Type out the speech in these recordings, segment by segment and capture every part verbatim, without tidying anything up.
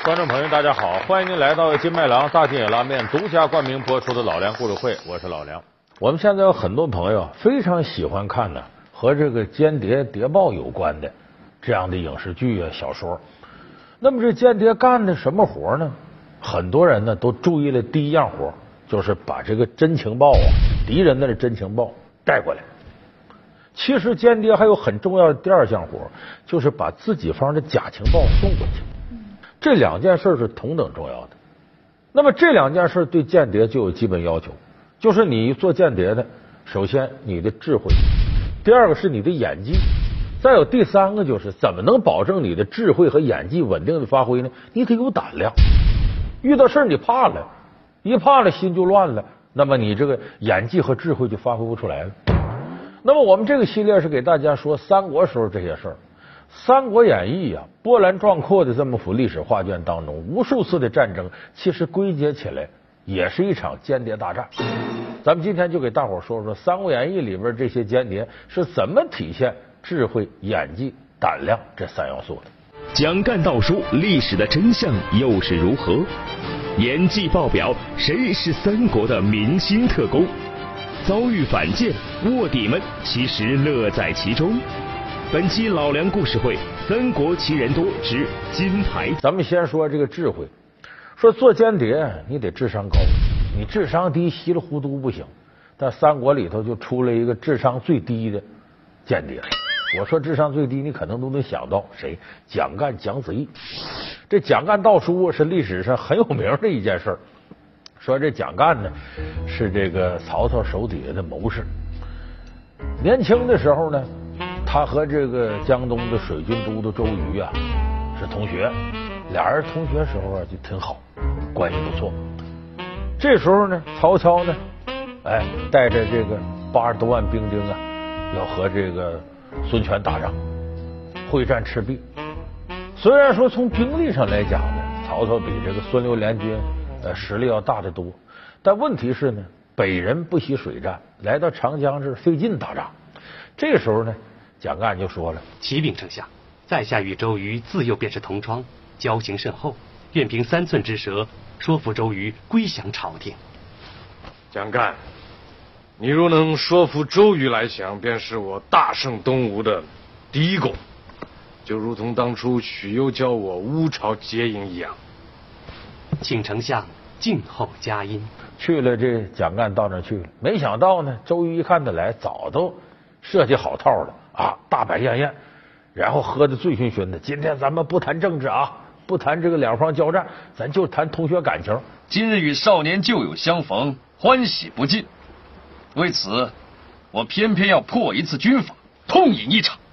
观众朋友，大家好，欢迎您来到金麦郎大金野拉面独家冠名播出的老梁故事会，我是老梁。我们现在有很多朋友非常喜欢看呢和这个间谍谍报有关的这样的影视剧啊、小说。那么这间谍干的什么活呢？很多人呢都注意了第一样活，就是把这个真情报啊，敌人的真情报带过来。其实间谍还有很重要的第二项活，就是把自己方的假情报送过去。这两件事是同等重要的。那么这两件事对间谍就有基本要求，就是你做间谍的，首先你的智慧，第二个是你的演技，再有第三个就是怎么能保证你的智慧和演技稳定的发挥呢？你得有胆量。遇到事儿你怕了，一怕了心就乱了，那么你这个演技和智慧就发挥不出来了。那么我们这个系列是给大家说三国时候这些事儿。《三国演义》啊，波澜壮阔的这么幅历史画卷当中，无数次的战争，其实归结起来也是一场间谍大战。咱们今天就给大伙儿说说《三国演义》里边这些间谍是怎么体现智慧、演技、胆量这三要素的。 蒋干道书历史的真相又是如何？演技爆表，谁是三国的明星特工？遭遇反间，卧底们其实乐在其中。本期老梁故事会《三国奇人多之金牌》， 咱们先说这个智慧。说做间谍你得智商高，你智商低稀里糊涂不行。但三国里头就出了一个智商最低的间谍。我说智商最低，你可能都能想到谁？蒋干、蒋子义。这蒋干盗书是历史上很有名的一件事儿。说这蒋干呢是这个曹操手底下的谋士，年轻的时候呢，他和这个江东的水军都督周瑜啊是同学，俩人同学时候啊就挺好，关系不错。这时候呢，曹操呢，哎，带着这个八十多万兵丁啊，要和这个孙权打仗，会战赤壁。虽然说从兵力上来讲呢，曹操比这个孙刘联军呃实力要大得多，但问题是呢，北人不习水战，来到长江这费劲打仗。这个时候呢，蒋干就说了：“ 启禀丞相，在下与周瑜自幼便是同窗，交情甚厚，愿凭三寸之舌说服周瑜归降朝廷。” 蒋干，你若能说服周瑜来降，便是我大胜东吴的第一功，就如同当初许攸教我乌巢结营一样。 请丞相静候佳音。 去了，这蒋干到那去了，没想到呢，周瑜一看他来，早都设计好套了啊，大摆宴宴，然后喝得醉醺醺的。今天咱们不谈政治啊，不谈这个两方交战，咱就谈同学感情。 今日与少年旧友相逢，欢喜不尽。为此，我偏偏要破一次军法，痛饮一场。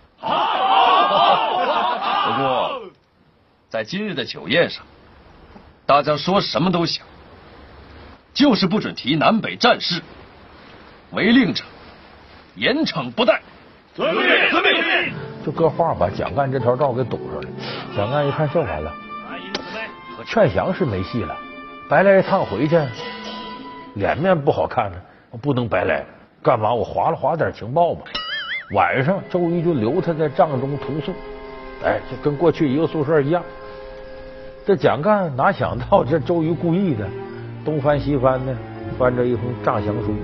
不过，在今日的酒宴上，大家说什么都行，就是不准提南北战事。违令者，严惩不贷。 遵命，遵命。 就搁话把蒋干这条道给堵上了。蒋干一看这完了，劝降是没戏了，白来一趟回去，脸面不好看呢，不能白来。干嘛？我划了划点情报吧。晚上周瑜就留他在帐中投宿，哎，就跟过去一个宿舍一样。这蒋干哪想到这周瑜故意的，东翻西翻的，翻着一封诈降书。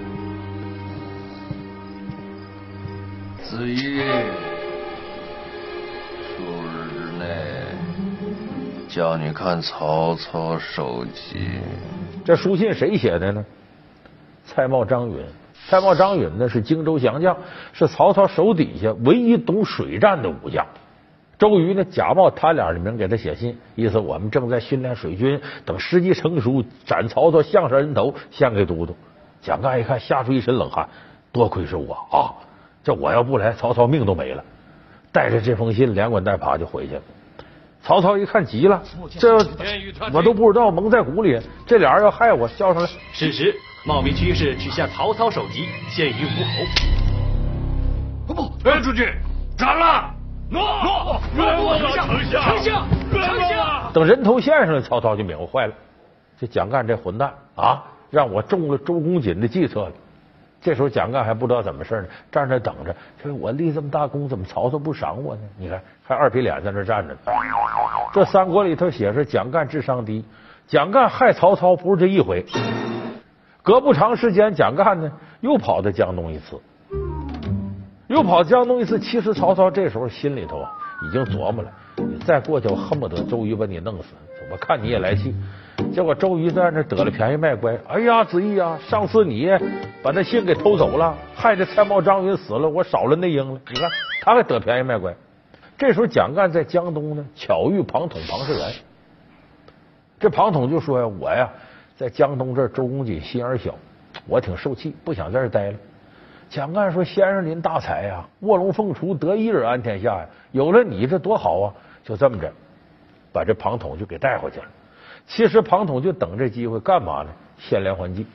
子义，数日之内，叫你看曹操首级。 这书信谁写的呢？蔡瑁、张允。蔡瑁、张允呢是荆州降将，是曹操手底下唯一懂水战的武将。周瑜呢假冒他俩的名给他写信，意思我们正在训练水军，等时机成熟，斩曹操项上人头，献给都督。蒋干一看，吓出一身冷汗，多亏是我啊！这我要不来，曹操命都没了。带着这封信连滚带爬就回去了。曹操一看急了，这我都不知道蒙在鼓里，这俩人要害我，叫上来。 是时，茂密军士取下曹操首级，献于吴侯。 不，扔出去，斩了！诺诺诺！丞相，丞相，丞相！ 等人头献上来，曹操就明白坏了，这蒋干这混蛋啊，让我中了周公瑾的计策了。 这时候蒋干还不知道怎么事呢，站着等着。这我立这么大功，怎么曹操不赏我呢？你看，还二皮脸在那站着呢。这三国里头写是蒋干智商低，蒋干害曹操不是这一回，隔不长时间，蒋干呢又跑到江东一次，又跑江东一次。其实曹操这时候心里头啊已经琢磨了，你再过去我恨不得周瑜把你弄死，我看你也来气。结果周瑜在那得了便宜卖乖，哎呀子义啊，上次你把那信给偷走了，害得蔡瑁张允死了，我少了内应了。你看他还得便宜卖乖。这时候蒋干在江东呢，巧遇庞统庞士元。这庞统就说呀，我呀在江东这儿周公瑾心眼小，我挺受气，不想在这儿待了。蒋干说，先生您大才呀，卧龙凤雏，得一人安天下呀，有了你这多好啊。就这么着把这庞统就给带回去了。其实庞统就等这机会干嘛呢？献连环计。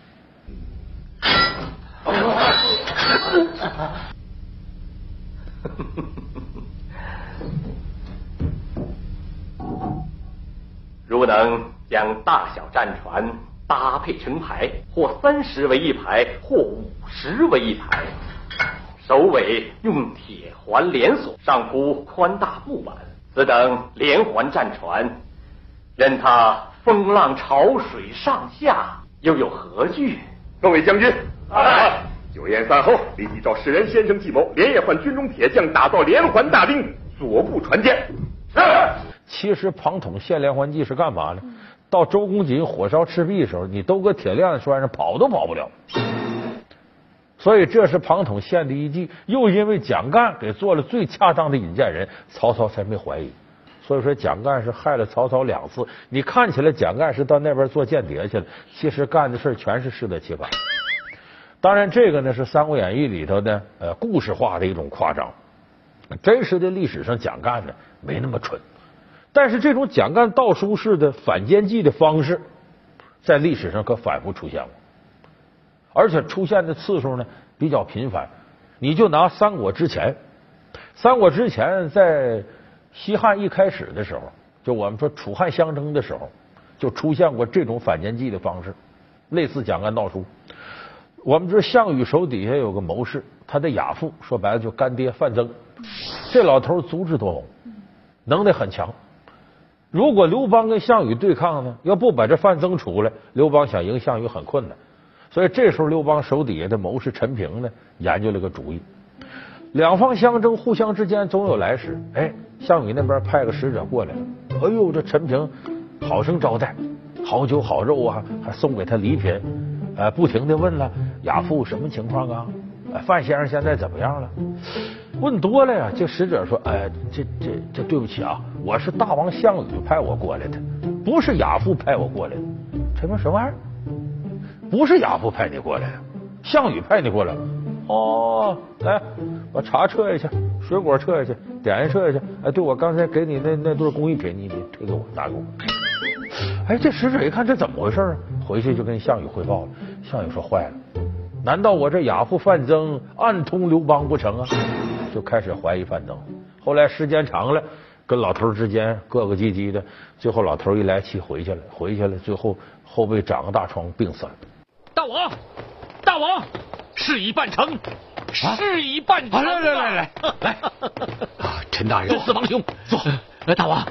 如能将大小战船搭配成排，或三十为一排，或五十为一排，首尾用铁环连锁，上铺宽大布板，此等连环战船，任它风浪潮水上下，又有何惧？ 各位将军，哎，酒宴散后，立即照世人先生计谋，连夜换军中铁匠打造连环大兵，左部船舰。是。 其实庞统献连环计是干嘛呢？到周公瑾火烧赤壁的时候，你都搁铁链子拴上，跑都跑不了。所以这是庞统献的一计，又因为蒋干给做了最恰当的引荐人，曹操才没怀疑。所以说蒋干是害了曹操两次。你看起来蒋干是到那边做间谍去了，其实干的事全是适得其反。当然这个呢是《三国演义》里头的呃故事化的一种夸张，真实的历史上蒋干呢没那么蠢。但是这种蒋干盗书式的反间计的方式，在历史上可反复出现过，而且出现的次数呢比较频繁。你就拿三国之前，三国之前在西汉一开始的时候，就我们说楚汉相争的时候，就出现过这种反间计的方式，类似蒋干盗书。我们知道项羽手底下有个谋士，他的亚父说白了就干爹范增，这老头足智多谋，能力很强。如果刘邦跟项羽对抗呢，要不把这范增出来，刘邦想赢项羽很困难。所以这时候刘邦手底下的谋士陈平呢，研究了个主意。两方相争，互相之间总有来使。哎，项羽那边派个使者过来了，哎呦，这陈平好生招待，好酒好肉啊，还送给他礼品，呃，不停的问了亚父什么情况啊？哎，范先生现在怎么样了？问多了呀，这使者说：“哎，这这这，对不起啊，我是大王项羽派我过来的，不是亚父派我过来的。”陈平什么玩意儿？不是亚父派你过来的，项羽派你过来。哦，来，把茶撤下去，水果撤下去，点心撤下去。哎，对，我刚才给你那那对工艺品，你得退给我，拿给我。哎，这使者一看这怎么回事啊？回去就跟项羽汇报了。项羽说：“坏了，难道我这亚父范增暗通刘邦不成啊？”就开始怀疑范增。后来时间长了，跟老头之间各个唧唧的，最后老头一来气回去了，回去了，最后后背长个大疮，病死了。 大王，大王，事已办成，事已办成、啊。来来来来来，啊，陈大人，四王兄坐。来，大王，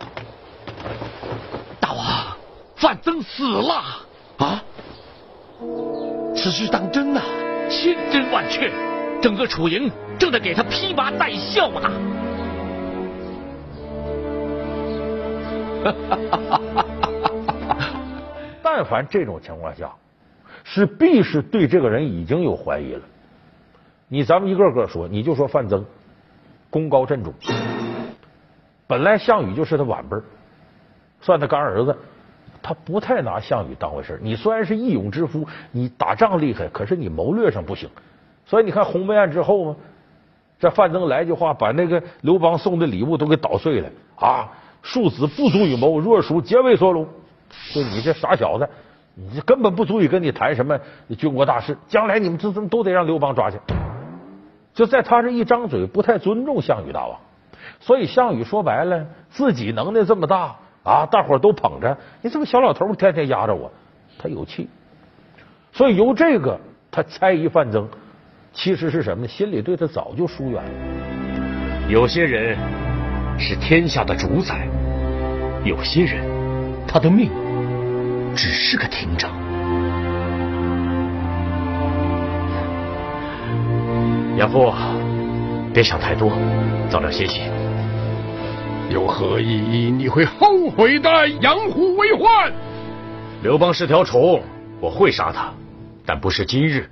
大王，范增死了啊！此事当真呐、啊？千真万确，整个楚营正在给他披麻戴孝呢。 但凡这种情况下，是必是对这个人已经有怀疑了。你咱们一个个说，你就说范增功高震主，本来项羽就是他晚辈，算他干儿子，他不太拿项羽当回事。你虽然是义勇之夫，你打仗厉害，可是你谋略上不行。所以你看鸿门宴之后嘛，这范增来句话，把那个刘邦送的礼物都给捣碎了啊！庶子不足以谋，若属皆为所虏。就你这傻小子，你这根本不足以跟你谈什么军国大事，将来你们这都得让刘邦抓去。就在他这一张嘴，不太尊重项羽大王。所以项羽说白了，自己能耐这么大啊，大伙儿都捧着，你这个小老头天天压着我，他有气。所以由这个他猜疑范增，其实是什么呢？心里对他早就疏远了。 有些人是天下的主宰，有些人他的命只是个亭长。杨父，别想太多，早点歇息。 有何意义？你会后悔的。养虎为患。 刘邦是条虫，我会杀他，但不是今日。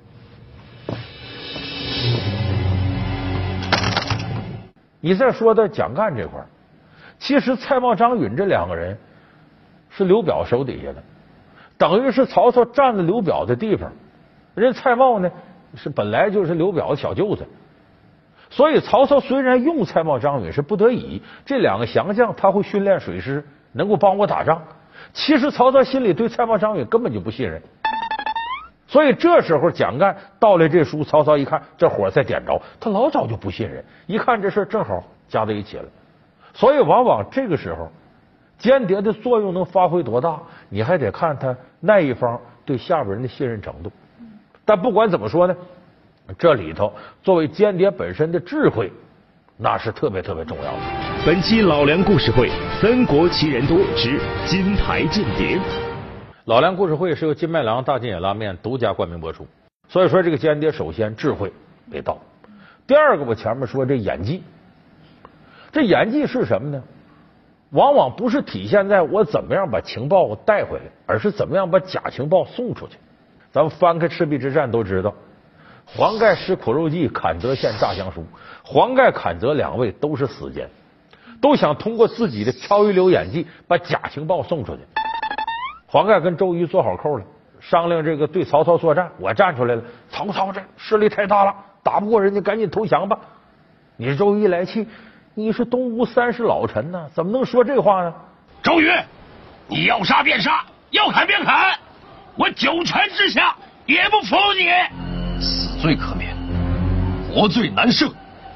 你再说到蒋干这块儿，其实蔡瑁、张允这两个人是刘表手底下的，等于是曹操占了刘表的地方。人蔡瑁呢是本来就是刘表的小舅子，所以曹操虽然用蔡瑁、张允是不得已，这两个降将他会训练水师，能够帮我打仗。其实曹操心里对蔡瑁、张允根本就不信任，所以这时候蒋干到了这书，曹操一看这火才点着，他老早就不信任，一看这事正好加在一起了。所以往往这个时候间谍的作用能发挥多大，你还得看他那一方对下边人的信任程度。但不管怎么说呢，这里头作为间谍本身的智慧，那是特别特别重要的。 本期老梁故事会《三国奇人多之金牌间谍》， 老梁故事会是由金麦郎大金野拉面独家冠名播出。所以说这个间谍首先智慧得到，第二个我前面说这演技，这演技是什么呢？往往不是体现在我怎么样把情报带回来，而是怎么样把假情报送出去。咱们翻开赤壁之战都知道，黄盖施苦肉计，坎泽献诈降书。黄盖、坎泽两位都是死奸，都想通过自己的超一流演技把假情报送出去。黄盖跟周瑜做好扣了，商量这个对曹操作战，我站出来了，曹操这势力太大了，打不过人家，赶紧投降吧。你是周瑜一来气，你是东吴三十老臣呢，怎么能说这话呢？ 周瑜，你要杀便杀，要砍便砍，我九泉之下也不服你。 死罪可免，活罪难赦。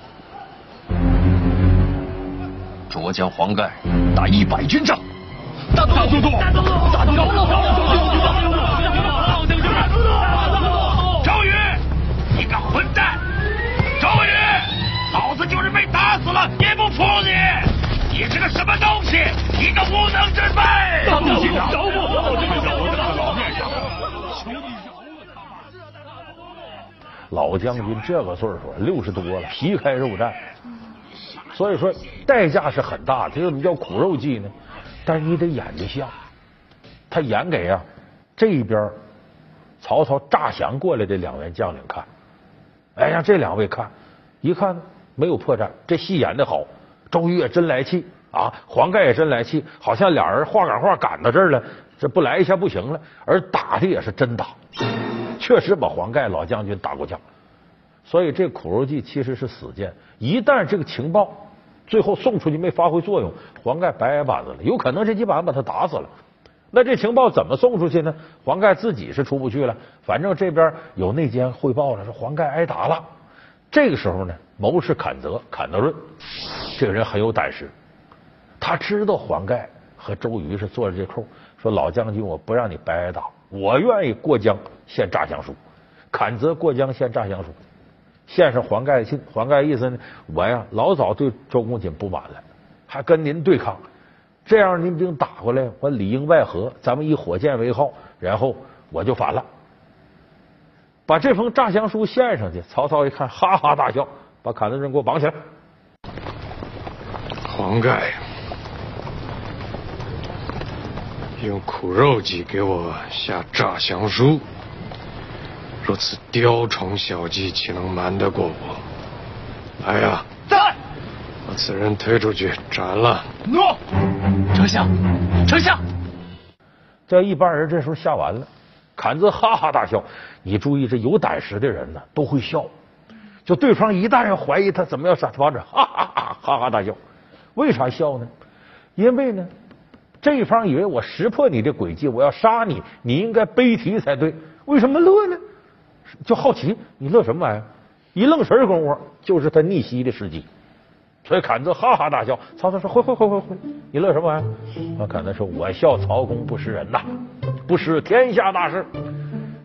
卓将黄盖打一百军仗。大都督，大都督，大都督， 周瑜，你个混蛋！周瑜，老子就是被打死了也不服你！你是个什么东西？一个无能之辈！大都督，饶我！这个我的老面上，求你饶了他！ 老将军这个岁数，六十多了，皮开肉绽，所以说代价是很大的。这怎么叫苦肉计呢？但是你得演得像，他演给啊这边曹操诈降过来的两员将领看，哎，让这两位看，一看没有破绽，这戏演得好。周瑜也真来气啊，黄盖也真来气，好像俩人话赶话赶到这儿了，这不来一下不行了。而打的也是真打，确实把黄盖老将军打过架。所以这苦肉计其实是死谏，一旦这个情报最后送出去没发挥作用，黄盖白挨板子了，有可能这几板把他打死了。那这情报怎么送出去呢？黄盖自己是出不去了，反正这边有内奸汇报了，说黄盖挨打了。这个时候呢，谋士坎泽坎德润这个人很有胆识，他知道黄盖和周瑜是做了这扣，说老将军我不让你白挨打，我愿意过江献诈降书。坎泽过江献诈降书，献上黄盖的信。黄盖意思呢，我呀老早对周公瑾不满了，还跟您对抗，这样您兵打过来，我里应外合，咱们以火箭为号，然后我就反了。把这封诈降书献上去，曹操一看，哈哈大笑，把坎德润给我绑起来。 黄盖用苦肉计给我下诈降书，如此雕虫小技，岂能瞒得过我？来呀， 在， 把此人推出去斩了。 诺，丞相，丞相。 这一般人这时候下完了，坎泽哈哈大笑。你注意，这有胆识的人呢都会笑，就对方一旦要怀疑他怎么样杀防者，哈哈哈哈哈大笑。为啥笑呢？因为呢，这一方以为我识破你的诡计，我要杀你，你应该悲啼才对，为什么乐呢？就好奇，你乐什么玩意儿？一愣神功夫，就是他逆袭的时机。所以坎泽哈哈大笑。曹操说：“会会会会会，你乐什么玩意儿？”啊，坎泽说：“我笑曹公不识人呐，不识天下大事。”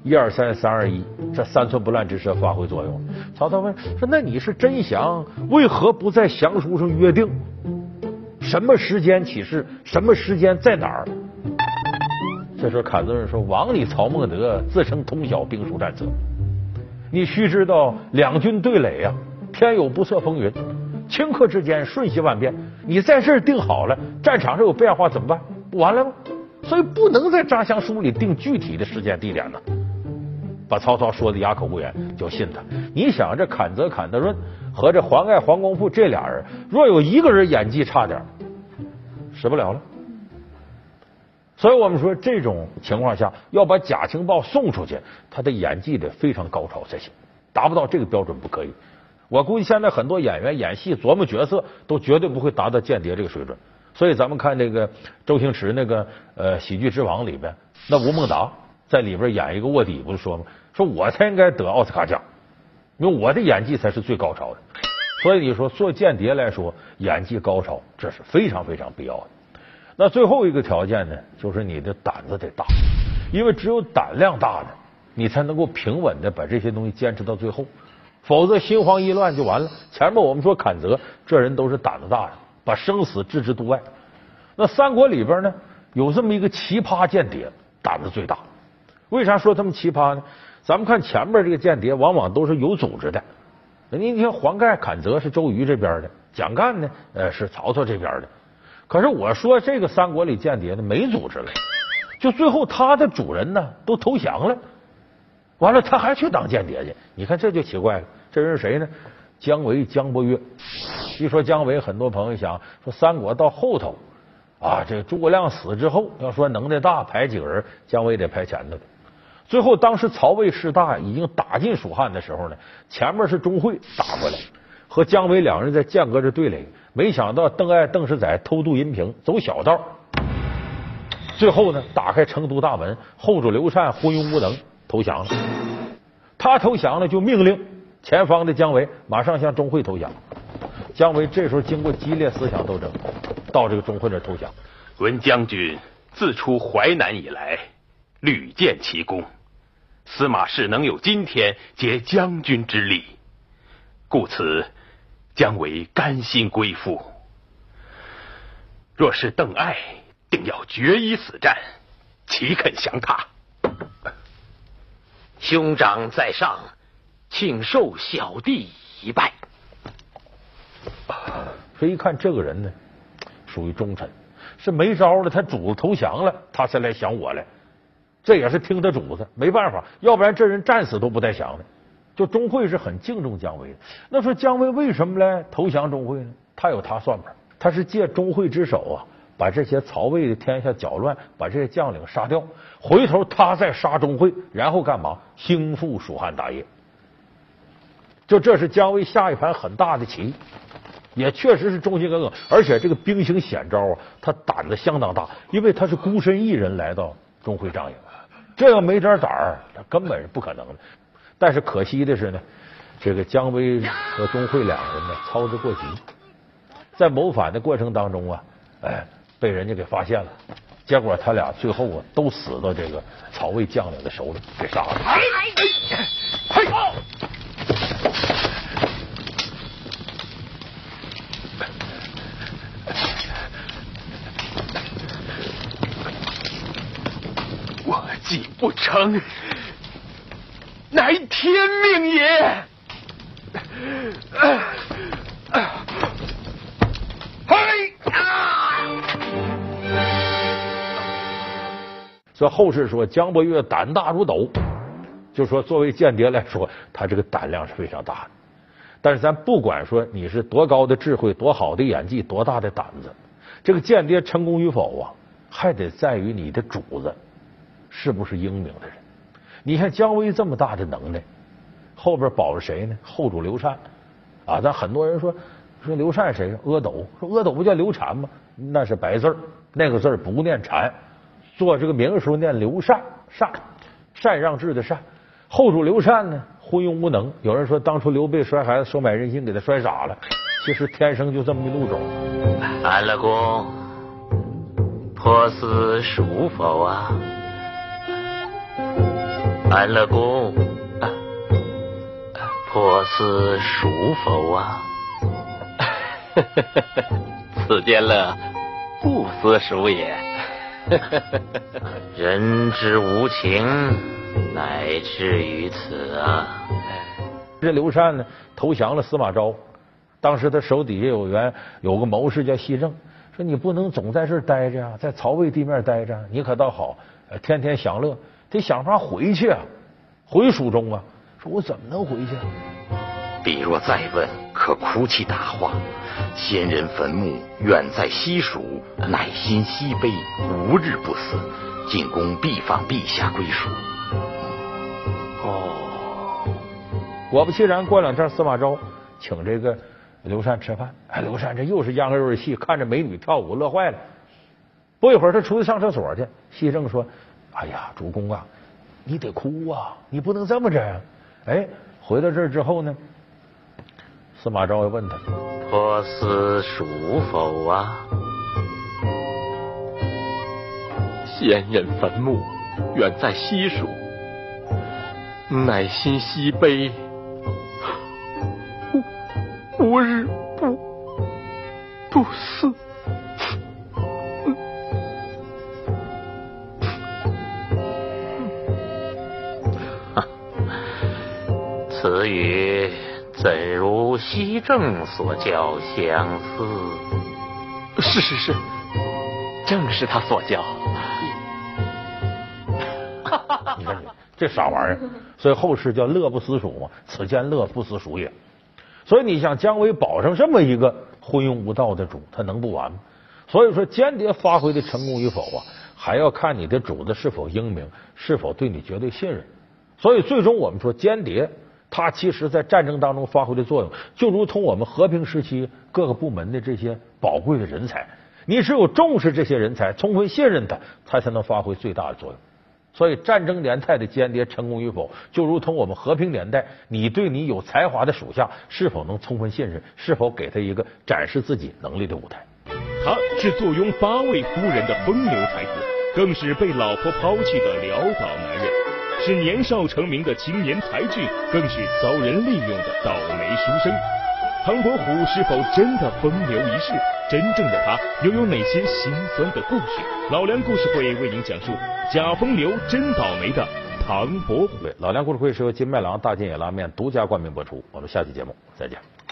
一二三三二一，这三寸不烂之舌发挥作用。曹操问说：“那你是真降，为何不在降书上约定什么时间起事，什么时间在哪儿？”这时候侃子问说：“王里曹孟德自称通晓兵书战策，你须知道两军对垒啊，天有不测风云，顷刻之间瞬息万变。你在这儿定好了，战场上有变化怎么办？不完了吗？所以不能在扎降书里定具体的时间地点呢。”把曹操说的哑口无言，就信他。你想这侃泽侃德润和这黄盖黄公父这俩人，若有一个人演技差点，使不了了。所以我们说这种情况下要把假情报送出去，他的演技得非常高超才行，达不到这个标准不可以。我估计现在很多演员演戏琢磨角色都绝对不会达到间谍这个水准。所以咱们看这个周星驰那个呃喜剧之王里边，那吴孟达在里边演一个卧底，不是说吗？说我才应该得奥斯卡奖，因为我的演技才是最高超的。所以你说做间谍来说，演技高超这是非常非常必要的。那最后一个条件呢，就是你的胆子得大，因为只有胆量大的，你才能够平稳的把这些东西坚持到最后，否则心慌意乱就完了。前面我们说侃泽这人都是胆子大的，把生死置之度外。那三国里边呢，有这么一个奇葩间谍，胆子最大。为啥说他们奇葩呢？咱们看前面这个间谍往往都是有组织的，你看黄盖侃泽是周瑜这边的，蒋干呢呃是曹操这边的。可是我说这个三国里间谍呢没组织了，就最后他的主人呢都投降了，完了他还去当间谍去，你看这就奇怪了。这人是谁呢？姜维姜伯约。一说姜维，很多朋友想说三国到后头啊，这个诸葛亮死之后，要说能耐大排几个人，姜维得排前头的。最后当时曹魏势大，已经打进蜀汉的时候呢，前面是钟会打过来，和姜维两人在间隔着对垒，没想到邓艾邓世载偷渡银瓶，走小道，最后呢打开成都大门，后主刘禅昏庸无能投降了。他投降了，就命令前方的姜维马上向钟会投降。姜维这时候经过激烈思想斗争，到这个钟会这投降。 闻将军自出淮南以来，屡建奇功，司马氏能有今天，皆将军之力，故此姜维甘心归附。若是邓艾，定要决一死战，岂肯降他？ 兄长在上，请受小弟一拜。 所以一看这个人呢，属于忠臣，是没招了，他主子投降了，他才来降我来。这也是听他主子，没办法，要不然这人战死都不带降的。就钟会是很敬重姜维的。那说姜维为什么来投降钟会呢？他有他算盘，他是借钟会之手啊，把这些曹魏的天下搅乱，把这些将领杀掉，回头他再杀钟会，然后干嘛？兴复蜀汉大业。就这是姜维下一盘很大的棋，也确实是忠心耿耿，而且这个兵行险招啊，他胆子相当大，因为他是孤身一人来到钟会帐营，这要没点胆儿，他根本是不可能的。但是可惜的是呢，这个姜维和钟会两人呢操之过急，在谋反的过程当中啊，哎，被人家给发现了，结果他俩最后啊都死到这个曹魏将领的手里，给杀了。哎哎哎！ 我计不成，乃天命也。 所以后世说姜伯约胆大如斗，就说作为间谍来说，他这个胆量是非常大的。但是咱不管说你是多高的智慧、多好的演技、多大的胆子，这个间谍成功与否啊，还得在于你的主子是不是英明的人。你看姜维这么大的能耐，后边保着谁呢？后主刘禅啊！咱很多人说说刘禅谁？阿斗，说阿斗不叫刘禅吗？那是白字儿，那个字儿不念禅，做这个名时候念刘禅，禅禅让制的禅。后主刘禅呢，昏庸无能。有人说当初刘备摔孩子收买人心，给他摔傻了，其实天生就这么一路种。 安乐公，颇思属否啊？ 安乐公，啊、颇思属否啊？ 此间乐，不思属也。 人之无情，乃至于此啊！ 这刘禅呢，投降了司马昭。当时他手底下有员有个谋士叫西正，说你不能总在这儿待着啊，在曹魏地面待着，你可倒好，天天享乐，得想法回去啊，回蜀中啊。说我怎么能回去？ 彼若再问，可哭泣大话。先人坟墓远在西蜀，乃心西悲，无日不死。进宫必访陛下归属。 哦，果不其然，过两天司马昭请这个刘禅吃饭。哎，刘禅这又是秧歌又是戏，看着美女跳舞乐坏了。不一会儿，他出去上厕所去。西正说：“哎呀，主公啊，你得哭啊，你不能这么着呀。”哎，回到这儿之后呢，司马昭又问他：“ 颇思属否啊？” 先人坟墓远在西蜀，乃心西悲，无无日不不死。 此语怎如西正所教相似？ 是是是，正是他所教。 你看你这傻玩意儿，所以后世叫乐不思蜀嘛，此间乐不思蜀也。所以你想姜维保上这么一个昏庸无道的主，他能不完吗？所以说间谍发挥的成功与否啊，还要看你的主子是否英明，是否对你绝对信任。所以最终我们说间谍，他其实在战争当中发挥的作用，就如同我们和平时期各个部门的这些宝贵的人才，你只有重视这些人才，充分信任他，才才能发挥最大的作用。所以战争年代的间谍成功与否，就如同我们和平年代，你对你有才华的属下是否能充分信任，是否给他一个展示自己能力的舞台。 他是坐拥八位夫人的风流才子，更是被老婆抛弃的潦倒男人，是年少成名的青年才俊，更是遭人利用的倒霉书生。唐伯虎是否真的风流一世？真正的他又有哪些心酸的故事？老梁故事会为您讲述假风流真倒霉的唐伯虎。 对，老梁故事会是由金麦郎大金野拉面独家冠名播出。我们下期节目再见。